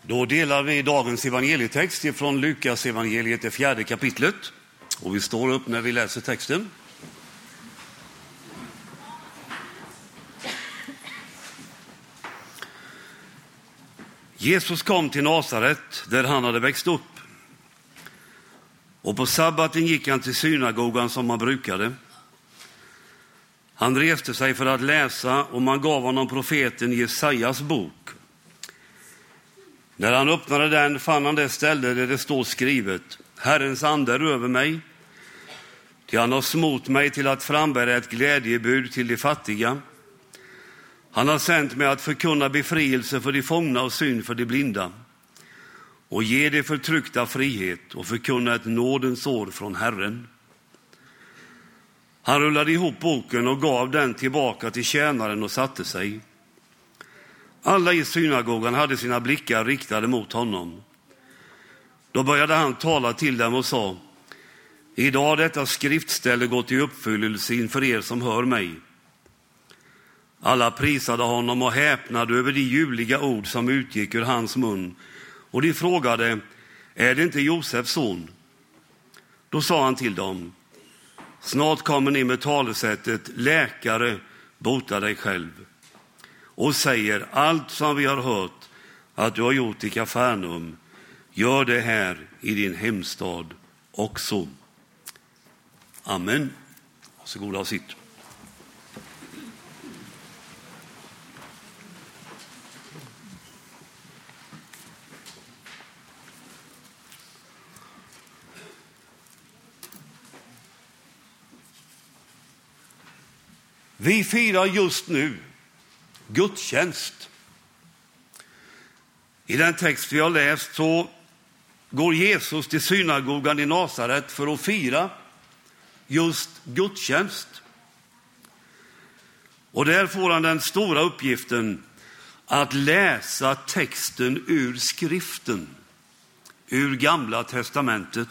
Då delar vi dagens evangelietext ifrån Lukas evangeliet, det 4:e kapitlet. Och vi står upp när vi läser texten. Jesus kom till Nasaret där han hade växt upp. Och på sabbaten gick han till synagogan som han brukade. Han reste sig för att läsa och man gav honom profeten Jesajas bok. När han öppnade den fann han det ställe där det står skrivet: Herrens ande är över mig, till han har smort mig till att frambära ett glädjebud till de fattiga. Han har sänt mig att förkunna befrielse för de fångna och syn för de blinda, och ge de förtryckta frihet och förkunna ett nådens år från Herren. Han rullade ihop boken och gav den tillbaka till tjänaren och satte sig. Alla i synagogan hade sina blickar riktade mot honom. Då började han tala till dem och sa: Idag har detta skriftställe gått i uppfyllelse inför er som hör mig. Alla prisade honom och häpnade över de ljuvliga ord som utgick ur hans mun. Och de frågade: Är det inte Josefs son? Då sa han till dem: Snart kommer ni med talesättet: Läkare, bota dig själv. Och säger: allt som vi har hört att du har gjort i Kafarnaum, gör det här i din hemstad också. Amen. Varsågoda och sitt. Vi firar just nu gudstjänst. I den text vi har läst så går Jesus till synagogan i Nasaret för att fira just gudstjänst. Och där får han den stora uppgiften att läsa texten ur skriften, ur Gamla testamentet.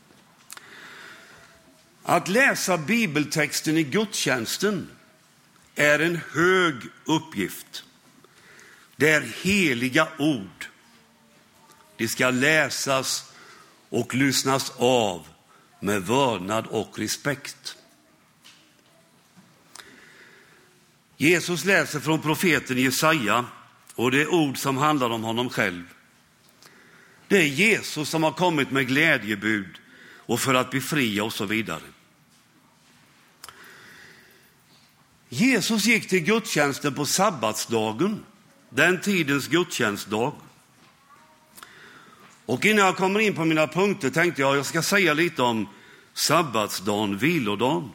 Att läsa bibeltexten i gudstjänsten är en hög uppgift. Det är heliga ord. Det ska läsas och lyssnas av med vördnad och respekt. Jesus läser från profeten Jesaja, och det är ord som handlar om honom själv. Det är Jesus som har kommit med glädjebud och för att befria och så vidare. Jesus gick till gudstjänsten på sabbatsdagen, den tidens gudstjänstdag. Och innan jag kommer in på mina punkter tänkte jag ska säga lite om sabbatsdagen, vilodagen.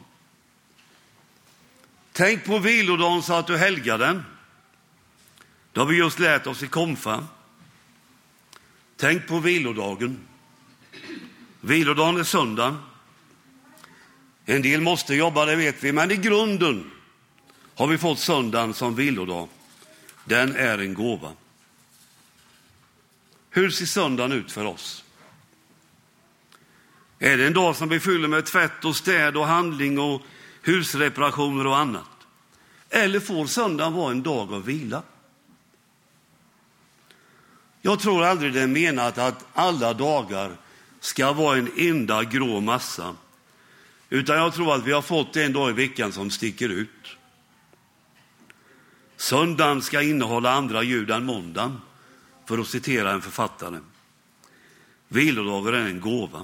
Tänk på vilodagen så att du helgar den. Det har vi just lärt oss i konfa. Tänk på vilodagen. Vilodagen är söndag. En del måste jobba, det vet vi, men i grunden har vi fått söndagen som vilodag. Den är en gåva. Hur ser söndagen ut för oss? Är det en dag som vi fyller med tvätt och städ och handling och husreparationer och annat? Eller får söndagen vara en dag av vila? Jag tror aldrig det är menat att alla dagar ska vara en enda grå massa. Utan jag tror att vi har fått en dag i veckan som sticker ut. Söndagen ska innehålla andra ljud än måndagen, för att citera en författare. Vilodagar är en gåva.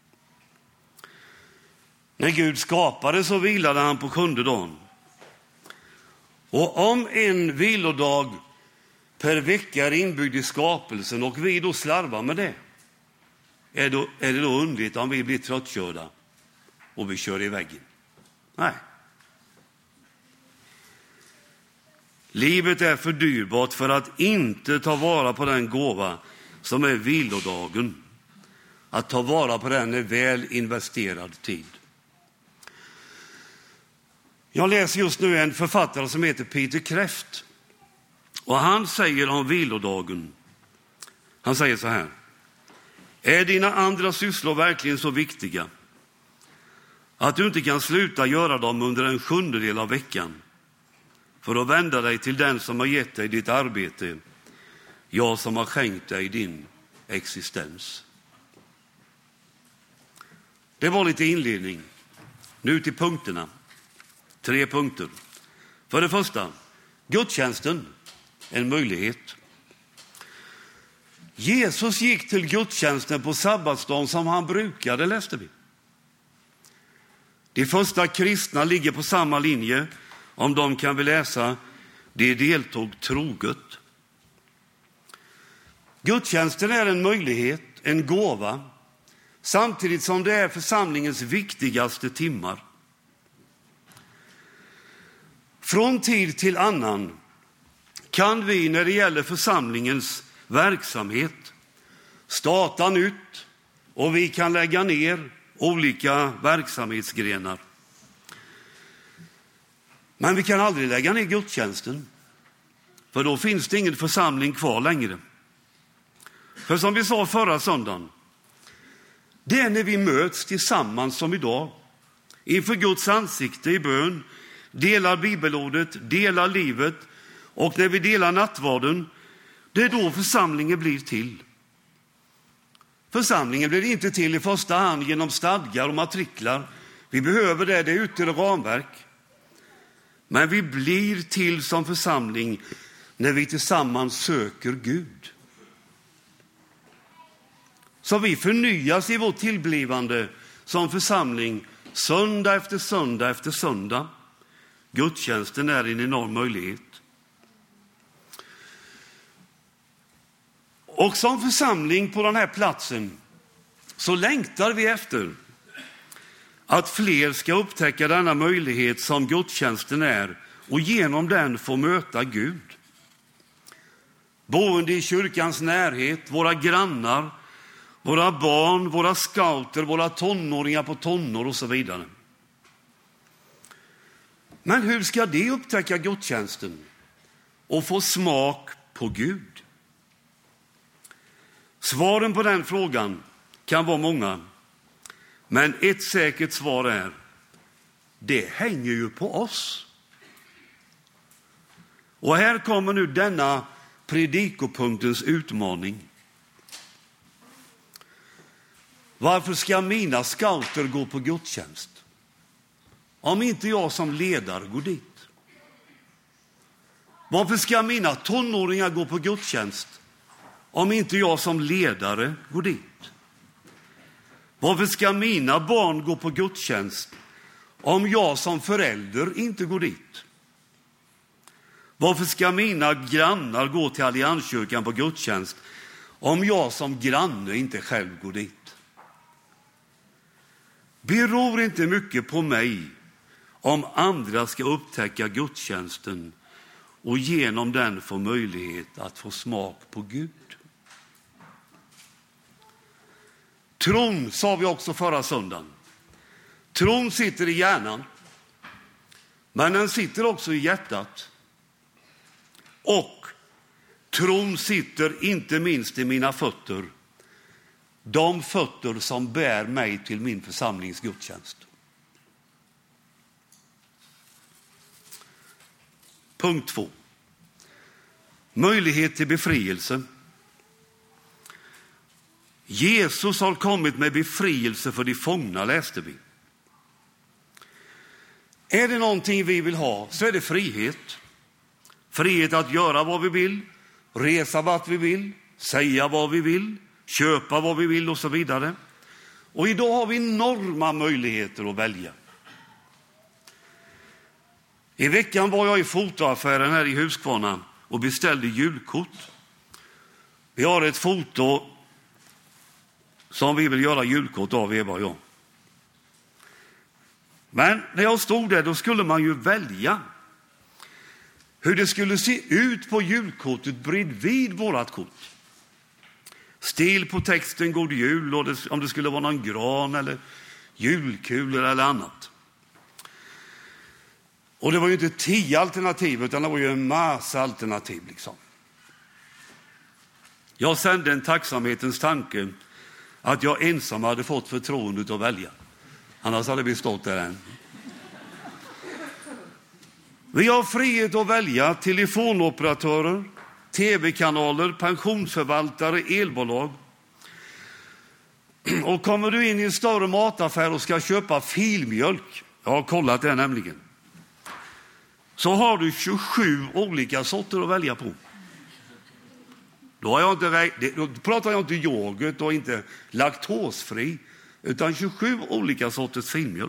När Gud skapade så vilade han på 7:e dagen. Och om en vilodag per vecka är inbyggd i skapelsen och vi då slarvar med det, är det då underligt om vi blir tröttkörda och vi kör i väggen? Nej. Livet är för dyrbart för att inte ta vara på den gåva som är vilodagen. Att ta vara på den är väl investerad tid. Jag läser just nu en författare som heter Peter Kreeft. Och han säger om vilodagen. Han säger så här: är dina andra sysslor verkligen så viktiga att du inte kan sluta göra dem under en 7:e av veckan för att vända dig till den som har gett dig ditt arbete? jag som har skänkt dig din existens. Det var lite inledning. Nu till punkterna. 3 punkter. För det första, gudstjänsten, en möjlighet. Jesus gick till gudstjänsten på sabbatsdagen som han brukade, läste vi. De första kristna ligger på samma linje. Om de kan vi läsa, de deltog troget. Gudstjänsten är en möjlighet, en gåva, samtidigt som det är församlingens viktigaste timmar. Från tid till annan kan vi när det gäller församlingens verksamhet starta nytt och vi kan lägga ner olika verksamhetsgrenar. Men vi kan aldrig lägga ner gudstjänsten, för då finns det ingen församling kvar längre. För som vi sa förra söndagen, det är när vi möts tillsammans som idag, inför Guds ansikte i bön, delar bibelordet, delar livet, och när vi delar nattvarden, det är då församlingen blir till. Församlingen blir inte till i första hand genom stadgar och matriklar. Vi behöver det är yttre ramverk. Men vi blir till som församling när vi tillsammans söker Gud. Så vi förnyas i vårt tillblivande som församling söndag efter söndag efter söndag. Gudstjänsten är en enorm möjlighet. Och som församling på den här platsen så längtar vi efter att fler ska upptäcka denna möjlighet som gudstjänsten är och genom den få möta Gud. Boende i kyrkans närhet, våra grannar, våra barn, våra scouter, våra tonåringar på tonår och så vidare. Men hur ska de upptäcka gudstjänsten och få smak på Gud? Svaren på den frågan kan vara många. Men ett säkert svar är, det hänger ju på oss. Och här kommer nu denna predikopunktens utmaning. Varför ska mina scouter gå på gudstjänst om inte jag som ledare går dit? Varför ska mina tonåringar gå på gudstjänst om inte jag som ledare går dit? Varför ska mina barn gå på gudstjänst om jag som förälder inte går dit? Varför ska mina grannar gå till Allianskyrkan på gudstjänst om jag som granne inte själv går dit? Beror inte mycket på mig om andra ska upptäcka gudstjänsten och genom den få möjlighet att få smak på Gud. Tron sa vi också förra söndagen. Tron sitter i hjärnan, men den sitter också i hjärtat. Och tron sitter inte minst i mina fötter. De fötter som bär mig till min församlings gudstjänst. Punkt 2. Möjlighet till befrielse. Jesus har kommit med befrielse för de fångna, läste vi. Är det någonting vi vill ha så är det frihet. Frihet att göra vad vi vill, resa vart vi vill, säga vad vi vill, köpa vad vi vill och så vidare. Och idag har vi enorma möjligheter att välja. I veckan var jag i fotoaffären här i Huskvarna och beställde julkort. Vi har ett foto som vi vill göra julkort av, Eva och jag. Men när jag stod där, då skulle man ju välja hur det skulle se ut på julkortet bredvid vårat kort. Stil på texten God jul, och om det skulle vara någon gran eller julkulor eller annat. Och det var ju inte 10 alternativ, utan det var ju en massa alternativ liksom. Jag sände en tacksamhetens tanke att jag ensam hade fått förtroendet att välja. Annars hade vi stått där än. Vi har frihet att välja telefonoperatörer, tv-kanaler, pensionsförvaltare, elbolag. Och kommer du in i en större mataffär och ska köpa filmjölk, jag har kollat det nämligen, så har du 27 olika sorter att välja på. Då pratar jag inte yoghurt och inte laktosfri, utan 27 olika sorters filmjölk.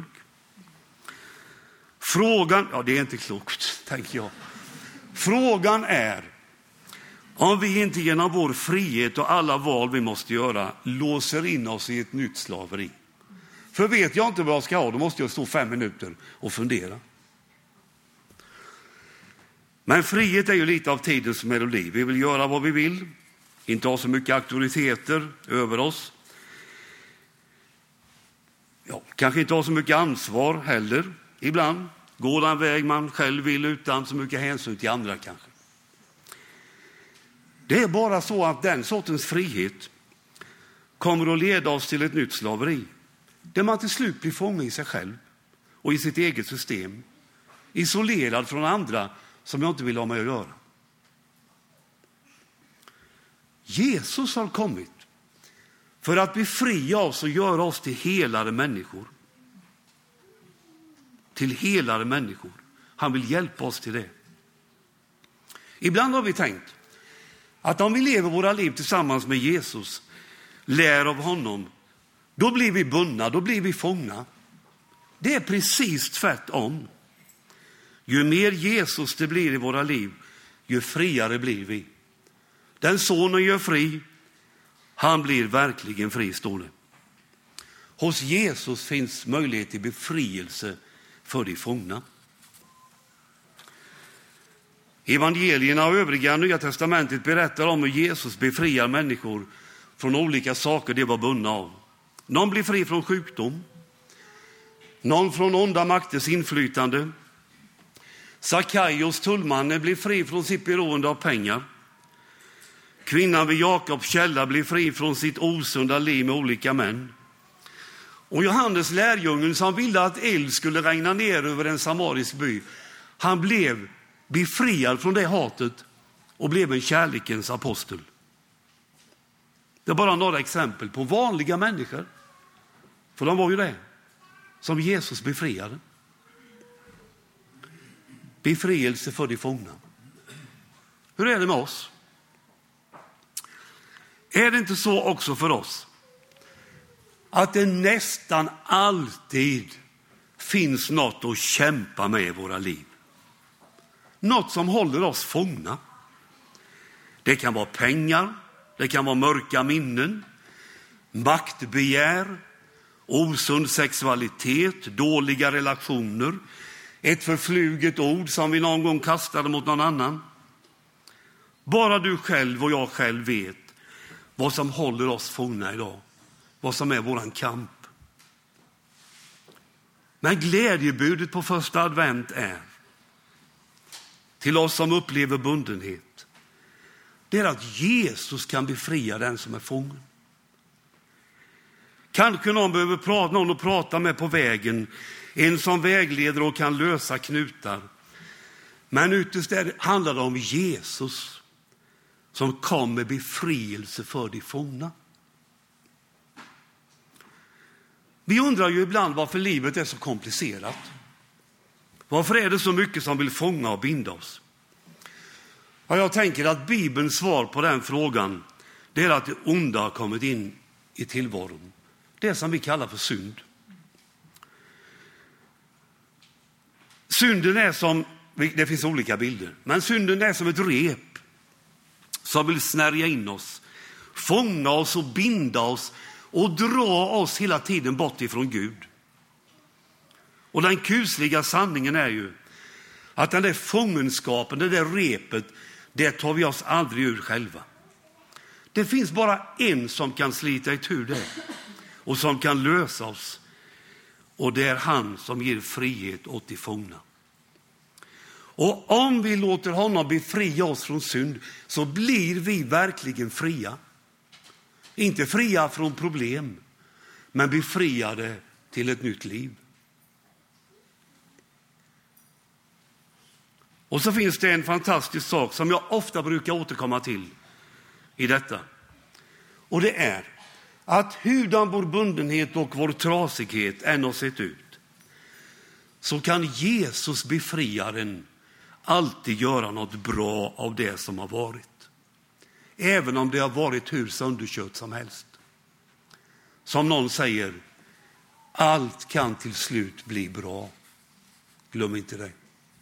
Frågan, ja det är inte klokt, tänker jag. Frågan är om vi inte genom vår frihet och alla val vi måste göra låser in oss i ett nytt slaveri. För vet jag inte vad jag ska ha, då måste jag stå 5 minuter och fundera. Men frihet är ju lite av tidens melodi. Vi vill göra vad vi vill, inte ha så mycket auktoriteter över oss. Ja, kanske inte ha så mycket ansvar heller ibland. Gå den väg man själv vill utan så mycket hänsyn till andra kanske. Det är bara så att den sortens frihet kommer att leda oss till ett nytt slaveri. Där man till slut blir fången i sig själv och i sitt eget system. Isolerad från andra som jag inte vill ha med att göra. Jesus har kommit för att befria oss och göra oss till helare människor. Till helare människor. Han vill hjälpa oss till det. Ibland har vi tänkt att om vi lever våra liv tillsammans med Jesus, lär av honom, då blir vi bundna, då blir vi fångna. Det är precis tvärtom. Ju mer Jesus det blir i våra liv, ju friare blir vi. Den sonen gör fri, han blir verkligen fri, står det. Hos Jesus finns möjlighet till befrielse för de fångna. Evangelierna och övriga Nya testamentet berättar om hur Jesus befriar människor från olika saker de var bundna av. Någon blir fri från sjukdom. Någon från onda makters inflytande. Sackaios, tullmannen, blir fri från sitt beroende av pengar. Kvinnan vid Jakobs källa blir fri från sitt osunda liv med olika män. Och Johannes lärjungen som ville att eld skulle regna ner över en samarisk by, han blev befriad från det hatet och blev en kärlekens apostel. Det är bara några exempel på vanliga människor, för de var ju det som Jesus befriade. Befrielse för de fångna. Hur är det med oss? Är det inte så också för oss att det nästan alltid finns något att kämpa med i våra liv? Något som håller oss fångna. Det kan vara pengar, det kan vara mörka minnen, maktbegär, osund sexualitet, dåliga relationer, ett förfluget ord som vi någon gång kastade mot någon annan. Bara du själv och jag själv vet vad som håller oss fångna idag. Vad som är våran kamp. Men glädjebudet på första advent är till oss som upplever bundenhet. Det är att Jesus kan befria den som är fången. Kanske någon behöver någon att prata med på vägen. En som vägleder och kan lösa knutar. Men ytterst handlar det om Jesus som kom med befrielse för de fångna. Vi undrar ju ibland varför livet är så komplicerat. Varför är det så mycket som vill fånga och binda oss? Ja, jag tänker att Bibelns svar på den frågan, det är att det onda har kommit in i tillvaron. Det som vi kallar för synd. Synden är som, det finns olika bilder, men synden är som ett rep som vill snärja in oss, fånga oss och binda oss och dra oss hela tiden bort ifrån Gud. Och den kusliga sanningen är ju att den där fångenskapen, det där repet, det tar vi oss aldrig ur själva. Det finns bara en som kan slita itu det och som kan lösa oss. Och det är han som ger frihet åt de fångna. Och om vi låter honom befria oss från synd så blir vi verkligen fria. Inte fria från problem, men befriade till ett nytt liv. Och så finns det en fantastisk sak som jag ofta brukar återkomma till i detta. Och det är att hurdan vår bundenhet och vår trasighet än har sett ut, så kan Jesus befriaren alltid göra något bra av det som har varit. Även om det har varit hur sönderkört som helst. Som någon säger, allt kan till slut bli bra. Glöm inte det.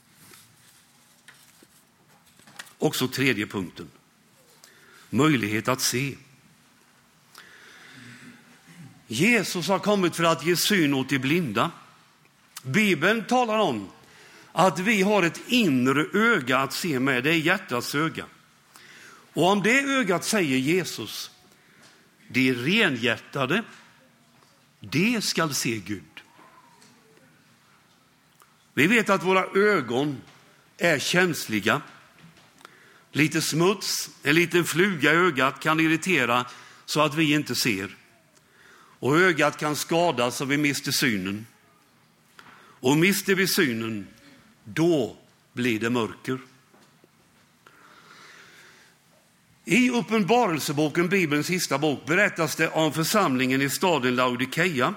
Också tredje punkten. Möjlighet att se. Jesus har kommit för att ge syn åt de blinda. Bibeln talar om att vi har ett inre öga att se med. Det är hjärtats öga. Och om det ögat säger Jesus, de renhjärtade, det skall se Gud. Vi vet att våra ögon är känsliga. Lite smuts, en liten fluga i ögat kan irritera så att vi inte ser. Och ögat kan skadas så vi mister synen. Och mister vi synen, då blir det mörker. I Uppenbarelseboken, Bibelns sista bok, berättas det om församlingen i staden Laodikeia.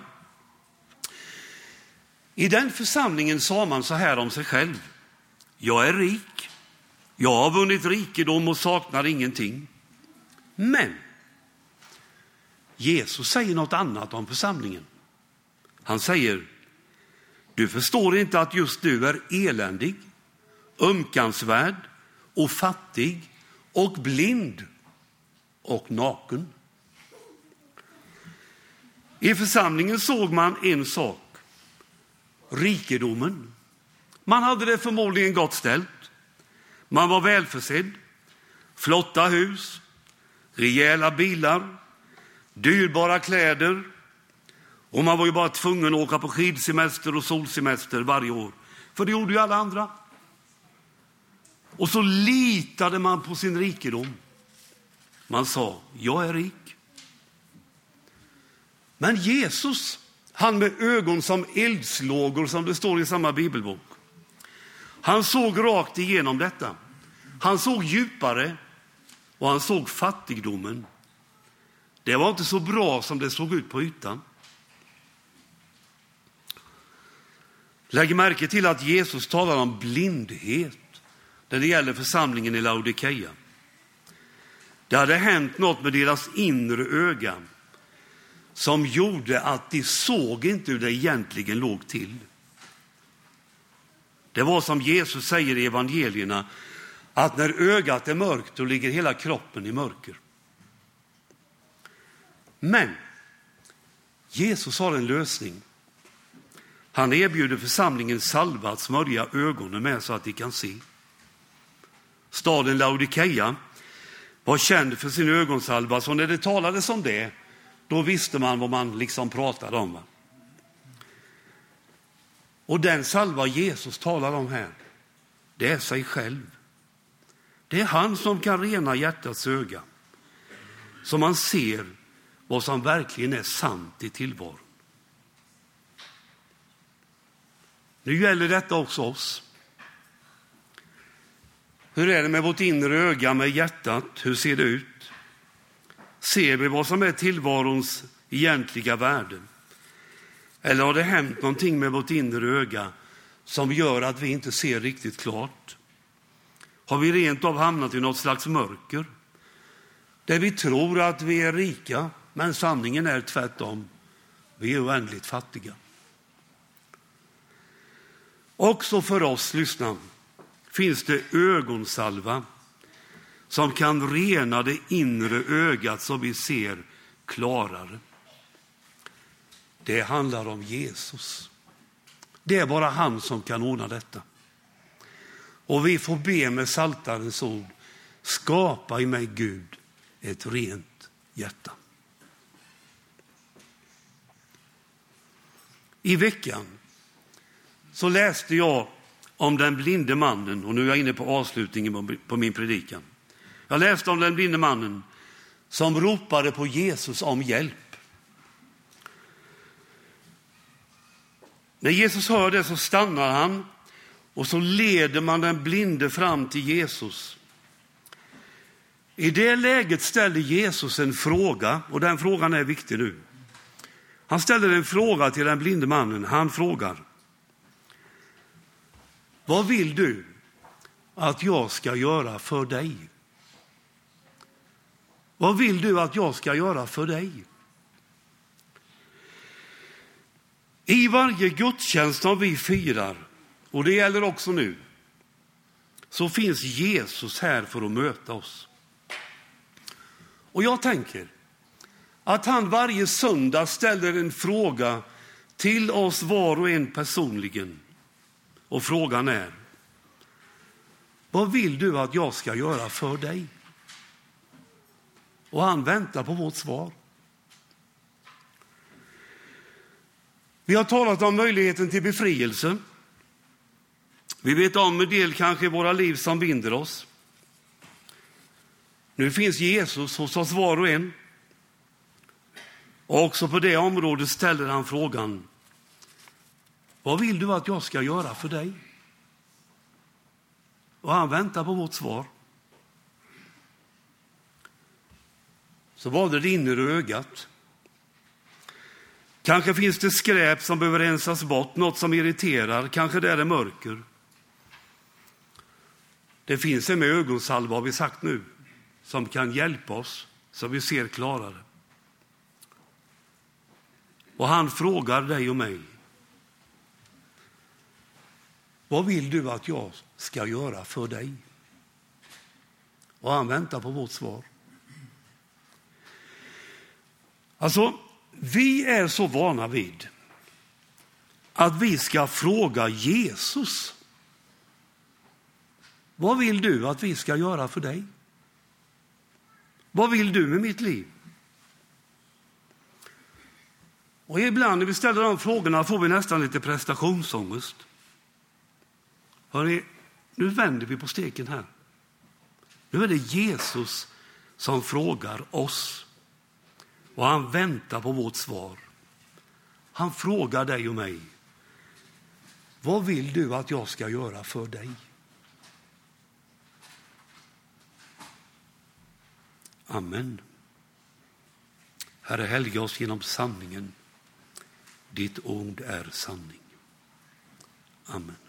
I den församlingen sa man så här om sig själv. Jag är rik. Jag har vunnit rikedom och saknar ingenting. Men Jesus säger något annat om församlingen. Han säger, du förstår inte att just du är eländig, ömkansvärd och fattig och blind och naken. I församlingen såg man en sak. Rikedomen. Man hade det förmodligen gott ställt. Man var välförsedd. Flotta hus. Rejäla bilar. Dyrbara kläder. Och man var ju bara tvungen att åka på skidsemester och solsemester varje år. För det gjorde ju alla andra. Och så litade man på sin rikedom. Man sa, jag är rik. Men Jesus, han med ögon som eldslågor, som det står i samma bibelbok. Han såg rakt igenom detta. Han såg djupare och han såg fattigdomen. Det var inte så bra som det såg ut på ytan. Lägg märke till att Jesus talar om blindhet när det gäller församlingen i Laodikeia. Det hade hänt något med deras inre öga som gjorde att de såg inte hur det egentligen låg till. Det var som Jesus säger i evangelierna, att när ögat är mörkt då ligger hela kroppen i mörker. Men Jesus har en lösning. Han erbjuder församlingen salva att smörja ögonen med så att de kan se. Staden Laodikeia var känd för sin ögonsalva, så när det talades om det, då visste man vad man liksom pratade om. Och den salva Jesus talar om här, det är sig själv. Det är han som kan rena hjärtats öga, så man ser vad som verkligen är sant i tillvaron. Nu gäller detta också oss. Hur är det med vårt inre öga, med hjärtat? Hur ser det ut? Ser vi vad som är tillvarons egentliga värde? Eller har det hänt någonting med vårt inre öga som gör att vi inte ser riktigt klart? Har vi rent av hamnat i något slags mörker? Där vi tror att vi är rika, men sanningen är tvärtom. Vi är oändligt fattiga. Också för oss, lyssna, finns det ögonsalva som kan rena det inre ögat så vi ser klarare. Det handlar om Jesus. Det är bara han som kan ordna detta. Och vi får be med Psaltarens ord, skapa i mig Gud ett rent hjärta. I veckan så läste jag om den blinde mannen, och nu är jag inne på avslutningen på min predikan. Jag läste om den blinde mannen som ropade på Jesus om hjälp. När Jesus hör det så stannar han Och så leder man den blinde fram till Jesus. I det läget ställer Jesus en fråga, och den frågan är viktig nu. Han ställer en fråga till den blinde mannen. Han frågar: vad vill du att jag ska göra för dig? Vad vill du att jag ska göra för dig? I varje gudstjänst som vi firar, och det gäller också nu, så finns Jesus här för att möta oss. Och jag tänker att han varje söndag ställer en fråga till oss var och en personligen. Och frågan är: vad vill du att jag ska göra för dig? Och han väntar på vårt svar. Vi har talat om möjligheten till befrielse. Vi vet om en del kanske i våra liv som binder oss. Nu finns Jesus hos oss var och en. Och också på det området ställer han frågan: vad vill du att jag ska göra för dig? Och han väntar på vårt svar. Så var det inre ögat. Kanske finns det skräp som behöver rensas bort, något som irriterar, kanske det är mörker. Det finns en med ögonsalva, har vi sagt nu, som kan hjälpa oss så vi ser klarare. Och han frågar dig och mig: vad vill du att jag ska göra för dig? Och han väntar på vårt svar. Alltså, vi är så vana vid att vi ska fråga Jesus: vad vill du att vi ska göra för dig? Vad vill du med mitt liv? Och ibland när vi ställer de frågorna får vi nästan lite prestationsångest. Hörrni, nu vänder vi på steken här. Nu är det Jesus som frågar oss. Och han väntar på vårt svar. Han frågar dig och mig: vad vill du att jag ska göra för dig? Amen. Herre, helga oss genom sanningen. Ditt ord är sanning. Amen.